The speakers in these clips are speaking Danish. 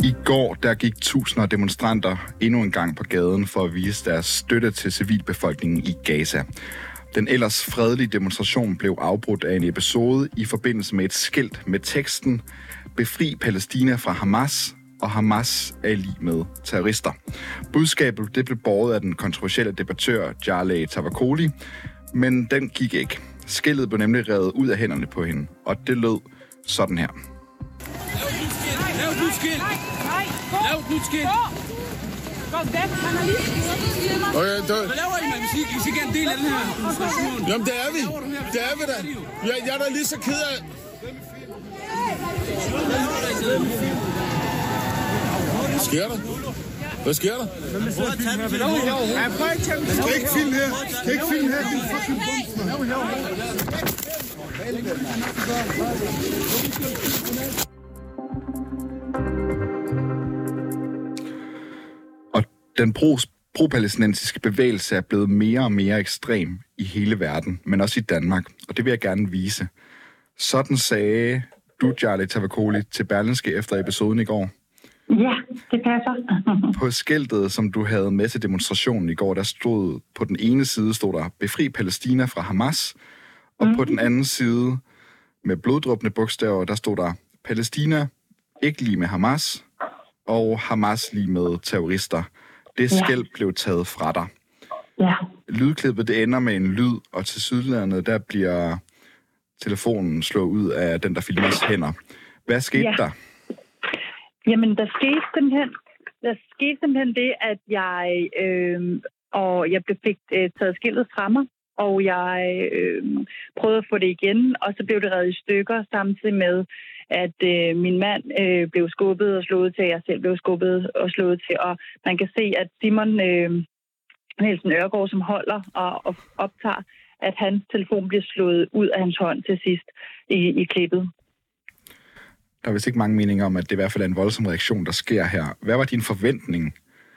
I går der gik tusinder af demonstranter endnu en gang på gaden for at vise deres støtte til civilbefolkningen i Gaza. Den ellers fredelige demonstration blev afbrudt af en episode i forbindelse med et skilt med teksten "Befri Palæstina fra Hamas", og Hamas er lig med terrorister. Budskabet det blev båret af den kontroversielle debattør Jaleh Tavakoli, men den gik ikke. Skiltet blev nemlig revet ud af hænderne på hende, og det lød sådan her. Lav et nyt skilt! Lav et nyt skilt! Gå væk, han er lige... Hvad laver I, man? Hvis I ikke er en del af den her demonstration? Jamen, det er vi. Det er vi da. Jeg er da lige så ked af... Hvad sker der? Hvad sker der? Skal ikke filme her. Skal ikke filme her. Din fucking bumsner. Og den pro-palæstinensiske bevægelse er blevet mere og mere ekstrem i hele verden, men også i Danmark, og det vil jeg gerne vise. Sådan sagde du, Jaleh Tavakoli, til Berlingske efter episoden i går. Ja, det passer. På skiltet, som du havde med til demonstrationen i går, der stod på den ene side stod der "Befri Palæstina fra Hamas", og på den anden side med bloddråbende bogstaver, der stod der "Palæstina ikke lige med Hamas", og "Hamas lige med terrorister". Det skilt blev taget fra dig. Ja. Lydklippet det ender med en lyd, og til sydlandet der bliver telefonen slået ud af den, der filmers hænder. Hvad skete der? Jamen, der skete simpelthen det, at jeg fik taget skiltet fra mig, og jeg prøvede at få det igen, og så blev det revet i stykker, samtidig med, at min mand blev skubbet og slået til, jeg selv blev skubbet og slået til, og man kan se, at Simon Nielsen Ørgaard, som holder og optager, at hans telefon bliver slået ud af hans hånd til sidst i klippet. Der er vist ikke mange meninger om, at det i hvert fald er en voldsom reaktion, der sker her. Hvad var din forventning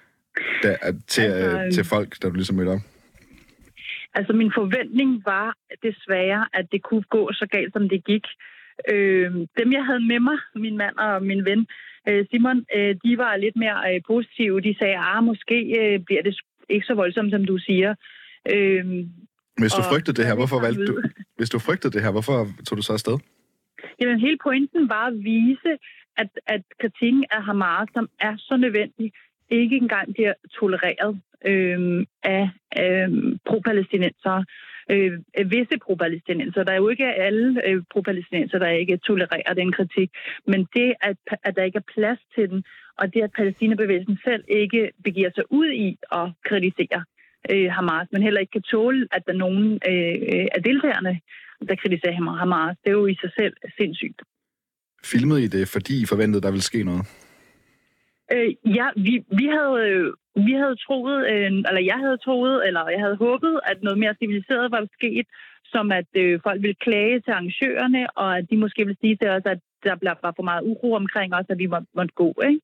til folk, da du ligesom mødte op? Altså, min forventning var desværre, at det kunne gå så galt, som det gik. Dem, jeg havde med mig, min mand og min ven, Simon, de var lidt mere positive. De sagde, måske bliver det ikke så voldsomt, som du siger. Hvis du frygtede det her, hvorfor tog du så afsted? Jamen, hele pointen var at vise, at kritikken af Hamas, som er så nødvendig, ikke engang bliver tolereret af pro-palæstinensere. Visse pro-palæstinensere. Der er jo ikke alle pro-palæstinensere, der ikke tolererer den kritik. Men det, at der ikke er plads til den, og det, at Palæstina-bevægelsen selv ikke begiver sig ud i at kritisere Hamas, men heller ikke kan tåle, at der er nogen af deltagerne, der kritiserer Hamas. Det er jo i sig selv sindssygt. Filmede I det, fordi I forventede, der ville ske noget? Ja, vi havde troet, eller jeg havde håbet, at noget mere civiliseret var sket, som at folk ville klage til arrangørerne, og at de måske ville sige til os, at der var for meget uro omkring os, at vi måtte gå, ikke?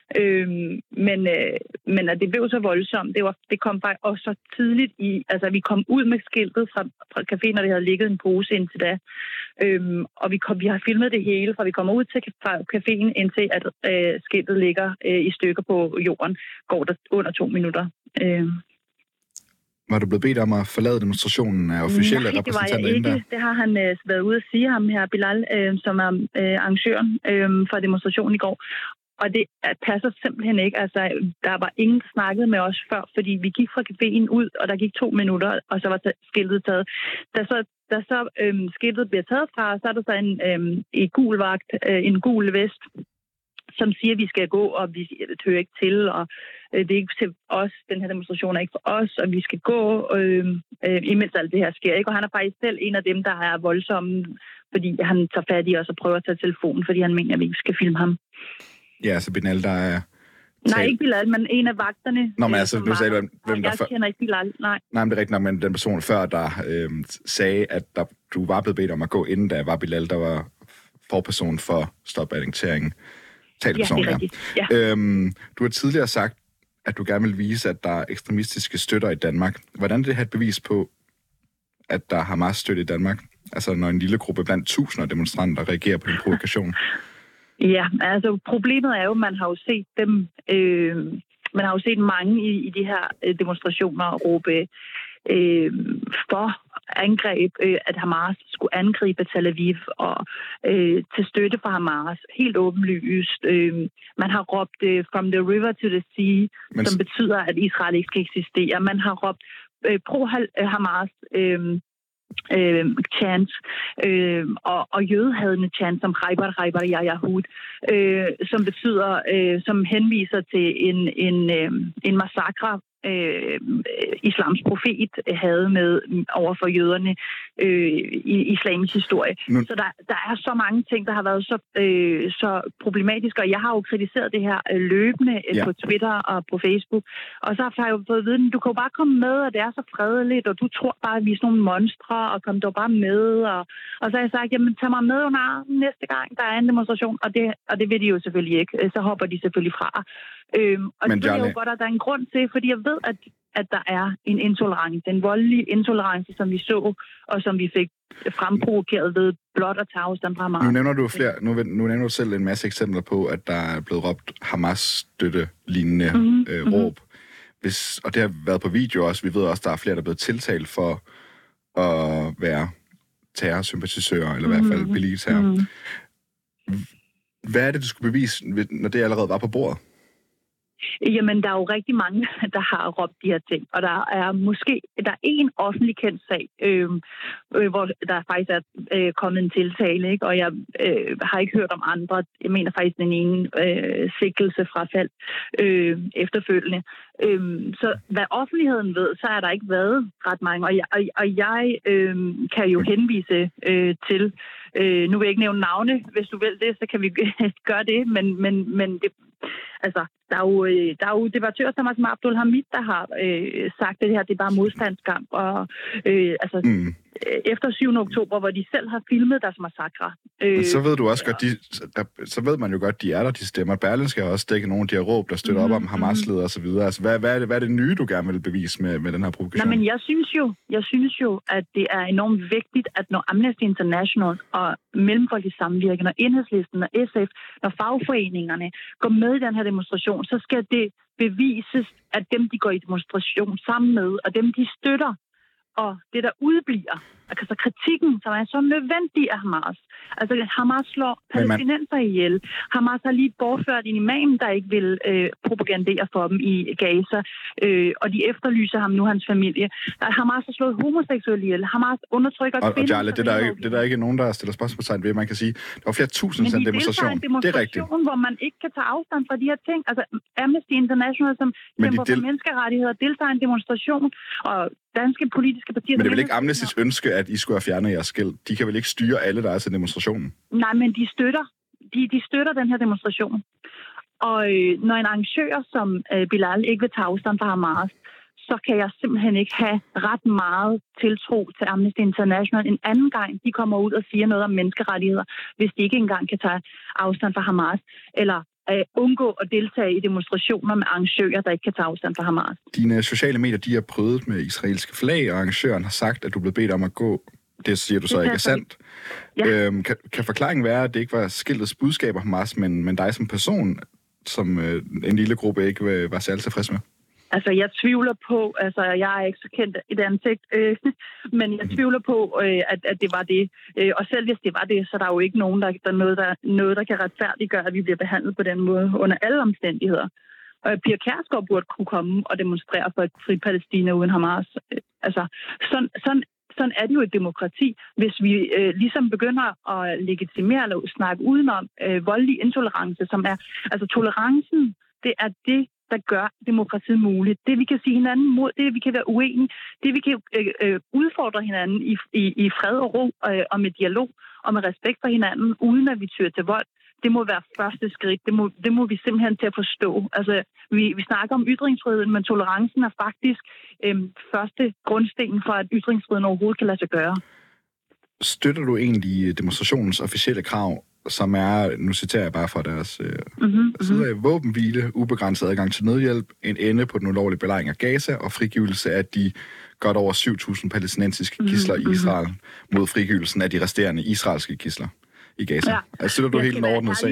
Men at det blev så voldsomt, det kom faktisk også så tidligt altså vi kom ud med skiltet fra caféen, når det havde ligget en pose indtil da. Og vi har filmet det hele, fra vi kommer ud fra caféen, indtil at skiltet ligger i stykker på jorden, går der under 2 minutter. Var du blevet bedt om at forlade demonstrationen af officielle repræsentanter inden der? Nej, det har han været ude at sige, ham her Bilal, som er arrangøren for demonstrationen i går. Og det passer simpelthen ikke. Altså, der var ingen, der snakkede med os før, fordi vi gik fra caféen ud, og der gik 2 minutter, og så var skiltet taget. Da så skiltet bliver taget fra, så er der så en gul vagt, en gul vest, som siger, at vi skal gå, og vi hører ikke til, og det er ikke til os, den her demonstration er ikke for os, og vi skal gå, imens alt det her sker. Ikke? Og han er faktisk selv en af dem, der er voldsomme, fordi han tager fat i os og prøver at tage telefonen, fordi han mener, at vi ikke skal filme ham. Ja, så Bilal, der er... Nej, ikke Bilal, men en af vagterne. Nå, men altså, nu sagde du, hvem der... Jeg kender ikke Bilal, nej. Nej, men det er rigtigt nok, men den person før, der sagde, at du var blevet bedt om at gå inden, da var Bilal, der var forperson for stop-annekteringen. Ja, det er rigtigt. Ja. Du har tidligere sagt, at du gerne vil vise, at der er ekstremistiske støtter i Danmark. Hvordan er det her et bevis på, at der er Hamas-støtte i Danmark? Altså, når en lille gruppe blandt tusinder demonstranter reagerer på din provokation? Ja, altså problemet er jo, man har jo set dem... man har jo set mange i de her demonstrationer råbe for angreb, at Hamas skulle angribe Tel Aviv og til støtte for Hamas. Helt åbenlyst. Man har råbt from the river to the sea, som betyder, at Israel ikke skal eksistere. Man har råbt pro-Hamas chant og jødehadende chant som Khaybar Yahud, som betyder, som henviser til en massakre, islams profet havde med overfor jøderne i islamisk historie. Så der er så mange ting, der har været så problematiske, og jeg har jo kritiseret det her løbende på Twitter og på Facebook, og så har jeg jo fået at vide, du kan jo bare komme med, og det er så fredeligt, og du tror bare, at vi er sådan nogle monstre, og kom dog bare med, og så har jeg sagt, jamen tag mig med under armen næste gang, der er en demonstration, og det vil de jo selvfølgelig ikke, så hopper de selvfølgelig fra. Og det er jo godt, at der er en grund til, fordi jeg ved, at der er en intolerance, en voldelig intolerance, som vi så, og som vi fik fremprovokeret ved blot at tage afstand fra Hamas. Nu nævner du selv en masse eksempler på, at der er blevet råbt Hamas-støtte-lignende råb. Og det har været på video også. Vi ved også, at der er flere, der er blevet tiltalt for at være terrorsympatisører, eller i hvert fald billige terror. Hvad er det, du skulle bevise, når det allerede var på bordet? Jamen, der er jo rigtig mange, der har råbt de her ting. Og der er en offentlig kendt sag, hvor der faktisk er kommet en tiltale, ikke? Og jeg har ikke hørt om andre. Jeg mener faktisk den ene sigtelse fra fald efterfølgende. Så hvad offentligheden ved, så er der ikke været ret mange. Og jeg kan jo henvise til... nu vil jeg ikke nævne navne. Hvis du vil det, så kan vi gøre det. Men det... Altså, der er jo debattører som Abdul Hamid, der har sagt, at det her det er bare modstandskamp. Og efter 7. oktober, hvor de selv har filmet deres massakre. Så ved du også godt, så ved man jo godt, de er der, de stemmer. Berlingske har også dækket nogle af de her råb, der støtter op om Hamas-ledere og så videre. Altså, hvad er det nye, du gerne vil bevise med den her provokation? Nej, men jeg synes jo, at det er enormt vigtigt, at når Amnesty International og Mellemfolkeligt Samvirke, og Enhedslisten og SF, når fagforeningerne går med i den her demonstration, så skal det bevises, at dem, de går i demonstration sammen med, og dem, de støtter, og det, der udbliver, altså kritikken, som er så nødvendig af Hamas. Altså, Hamas slår palæstinenser ihjel. Hamas har lige bortført en imam, der ikke vil propagandere for dem i Gaza, og de efterlyser ham nu, hans familie. Hamas har slået homoseksuelle ihjel. Hamas undertrykker kvinder. Og Jarle, det er der ikke nogen, der stiller spørgsmålstegn ved. Man kan sige, der var flere tusind sådan demonstration. Det er rigtigt. Hvor man ikke kan tage afstand fra de her ting. Altså, Amnesty International, som kæmper for menneskerettigheder, deltager i en demonstration, og danske politiske partier... Men det er vel ikke Amnestys ønske, at I skulle have fjernet jeres skilt? De kan vel ikke styre alle, der er til demonstrationen? Nej, men de støtter den her demonstration. Og når en arrangør som Bilal ikke vil tage afstand fra Hamas, så kan jeg simpelthen ikke have ret meget tiltro til Amnesty International en anden gang, de kommer ud og siger noget om menneskerettigheder, hvis de ikke engang kan tage afstand fra Hamas, eller undgå at deltage i demonstrationer med arrangører, der ikke kan tage afstand fra Hamas. Dine sociale medier, de er prøvet med israelske flag, og arrangøren har sagt, at du blev bedt om at gå. Det siger du så ikke er sandt. Ja. Kan forklaringen være, at det ikke var skiltets budskab af Hamas, men dig som person, som en lille gruppe ikke var særlig tilfreds med? Altså, jeg tvivler på, altså, jeg er ikke så kendt i det ansigt, men jeg tvivler på, at det var det. Og selv hvis det var det, så er der jo ikke nogen, der noget, der kan retfærdiggøre, at vi bliver behandlet på den måde under alle omstændigheder. Og Pia Kjærsgaard burde kunne komme og demonstrere for et frit Palæstina uden Hamas. Altså, sådan er det jo et demokrati. Hvis vi ligesom begynder at legitimere eller snakke udenom voldelig intolerance, som er, altså tolerancen, det er det, der gør demokratiet muligt. Det, vi kan sige hinanden mod, det, vi kan være uenige, det, vi kan udfordre hinanden i fred og ro og med dialog og med respekt for hinanden, uden at vi tyr til vold, det må være første skridt. Det må vi simpelthen til at forstå. Altså, vi snakker om ytringsfriheden, men tolerancen er faktisk første grundsten for, at ytringsfriheden overhovedet kan lade sig gøre. Støtter du egentlig demonstrationens officielle krav, som er, nu citerer jeg bare fra deres side af, våbenhvile, ubegrænset adgang til nødhjælp, en ende på den ulovlige belejring af Gaza og frigivelse af de godt over 7.000 palæstinensiske gidsler i Israel mod frigivelsen af de resterende israelske gidsler i Gaza. Ja. Altså, støtter du helt en ordnet sag?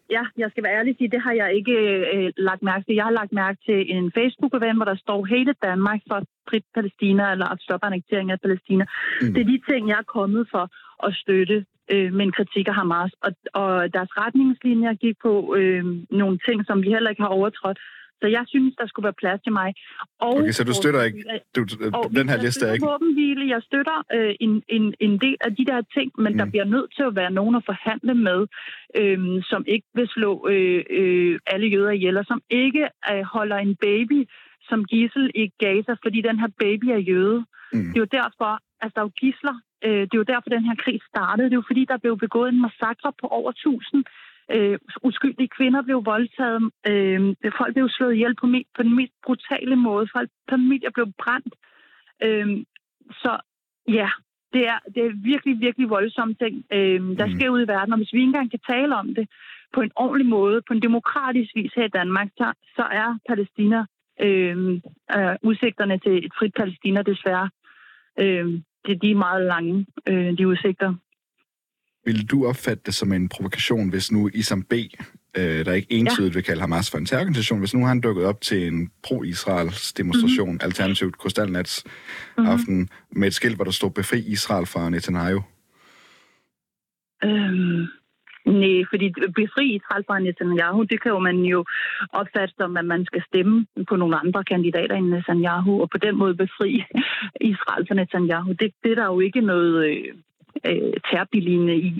jeg skal være ærlig og sige, det har jeg ikke lagt mærke til. Jeg har lagt mærke til en Facebook-event, hvor der står hele Danmark for frit Palæstina, eller at stoppe annektering af Palæstina. Det er de ting, jeg er kommet for at støtte med en kritik af Hamas. Og deres retningslinjer gik på nogle ting, som vi heller ikke har overtrådt. Så jeg synes, der skulle være plads til mig. Og okay, så du støtter ikke? Den her liste er ikke? Våbenhvile. Jeg støtter en del af de der ting, men der bliver nødt til at være nogen at forhandle med, som ikke vil slå alle jøder ihjel, og som ikke holder en baby som gidsel i Gaza, fordi den her baby er jøde. Det er jo derfor, der er jo gidsler. Det er jo derfor, den her krig startede. Det er jo fordi, der blev begået en massakre på over 1000. Uskyldige kvinder blev voldtaget, folk blev slået ihjel på den mest brutale måde, familier blev brændt. Så ja, det er virkelig, virkelig voldsomme ting, der sker ud i verden, og hvis vi ikke engang kan tale om det på en ordentlig måde, på en demokratisk vis her i Danmark, så er Palæstina, udsigterne til et frit Palæstina desværre, de er meget lange, de udsigter. Vil du opfatte det som en provokation, hvis nu Isam B., der ikke entydigt vil kalde Hamas for en terrororganisation, hvis nu han dukket op til en pro-Israels demonstration, alternativt Krystalnats aften, med et skilt, hvor der stod befri Israel fra Netanyahu? Nej, fordi befri Israel fra Netanyahu, det kan jo man jo opfatte som, at man skal stemme på nogle andre kandidater end Netanyahu, og på den måde befri Israel fra Netanyahu. Det er der jo ikke noget terrorbilligende i.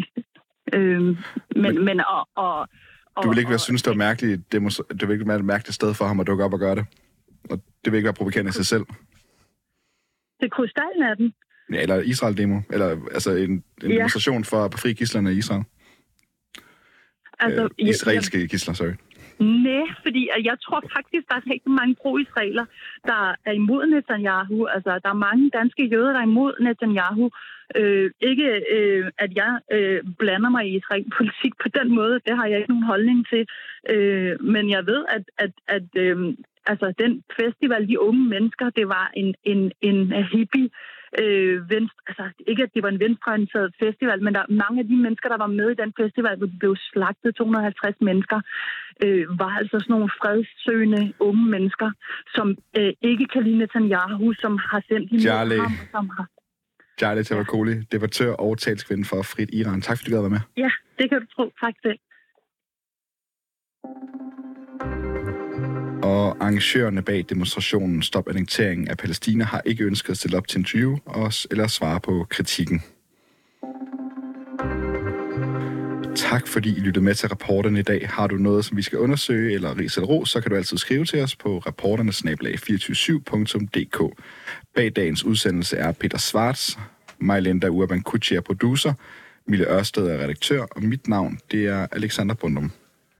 Du vil ikke synes, det var mærkeligt, det vil ikke være et mærkeligt sted for ham at dukke op og gøre det? Og det vil ikke være provokerende i sig selv? Det er krystalnatten. Ja, eller Israel-demo. Eller altså en demonstration for at befri gidslerne i Israel. Altså, israelske gidsler, sorry. Nej, fordi jeg tror faktisk, der er rigtig mange pro-israeler, der er imod Netanyahu. Altså, der er mange danske jøder, der er imod Netanyahu. Ikke, at jeg blander mig i israelsk politik på den måde. Det har jeg ikke nogen holdning til. Men jeg ved, at altså, den festival, de unge mennesker, det var en hippie altså ikke at det var en venstreorienteret festival, men der mange af de mennesker, der var med i den festival, hvor de blev slagtet, 250 mennesker, var altså sådan nogle fredssøgende unge mennesker, som ikke kan lide Netanyahu, som har sendt imod ham, som har... Charlie Tavakoli, debattør og talskvinde for Frit Iran. Tak fordi du gad være med. Ja, det kan du tro. Tak selv. Og arrangørerne bag demonstrationen Stop Annekteringen af Palæstina har ikke ønsket at stille op til interview eller svare på kritikken. Tak fordi I lyttede med til Reporterne i dag. Har du noget, som vi skal undersøge eller ris eller ros, så kan du altid skrive til os på reporterne@247.dk. Bag dagens udsendelse er Peter Schwartz, Majlinda Urban Kutschi er producer, Mille Ørsted er redaktør, og mit navn det er Alexander Brundum.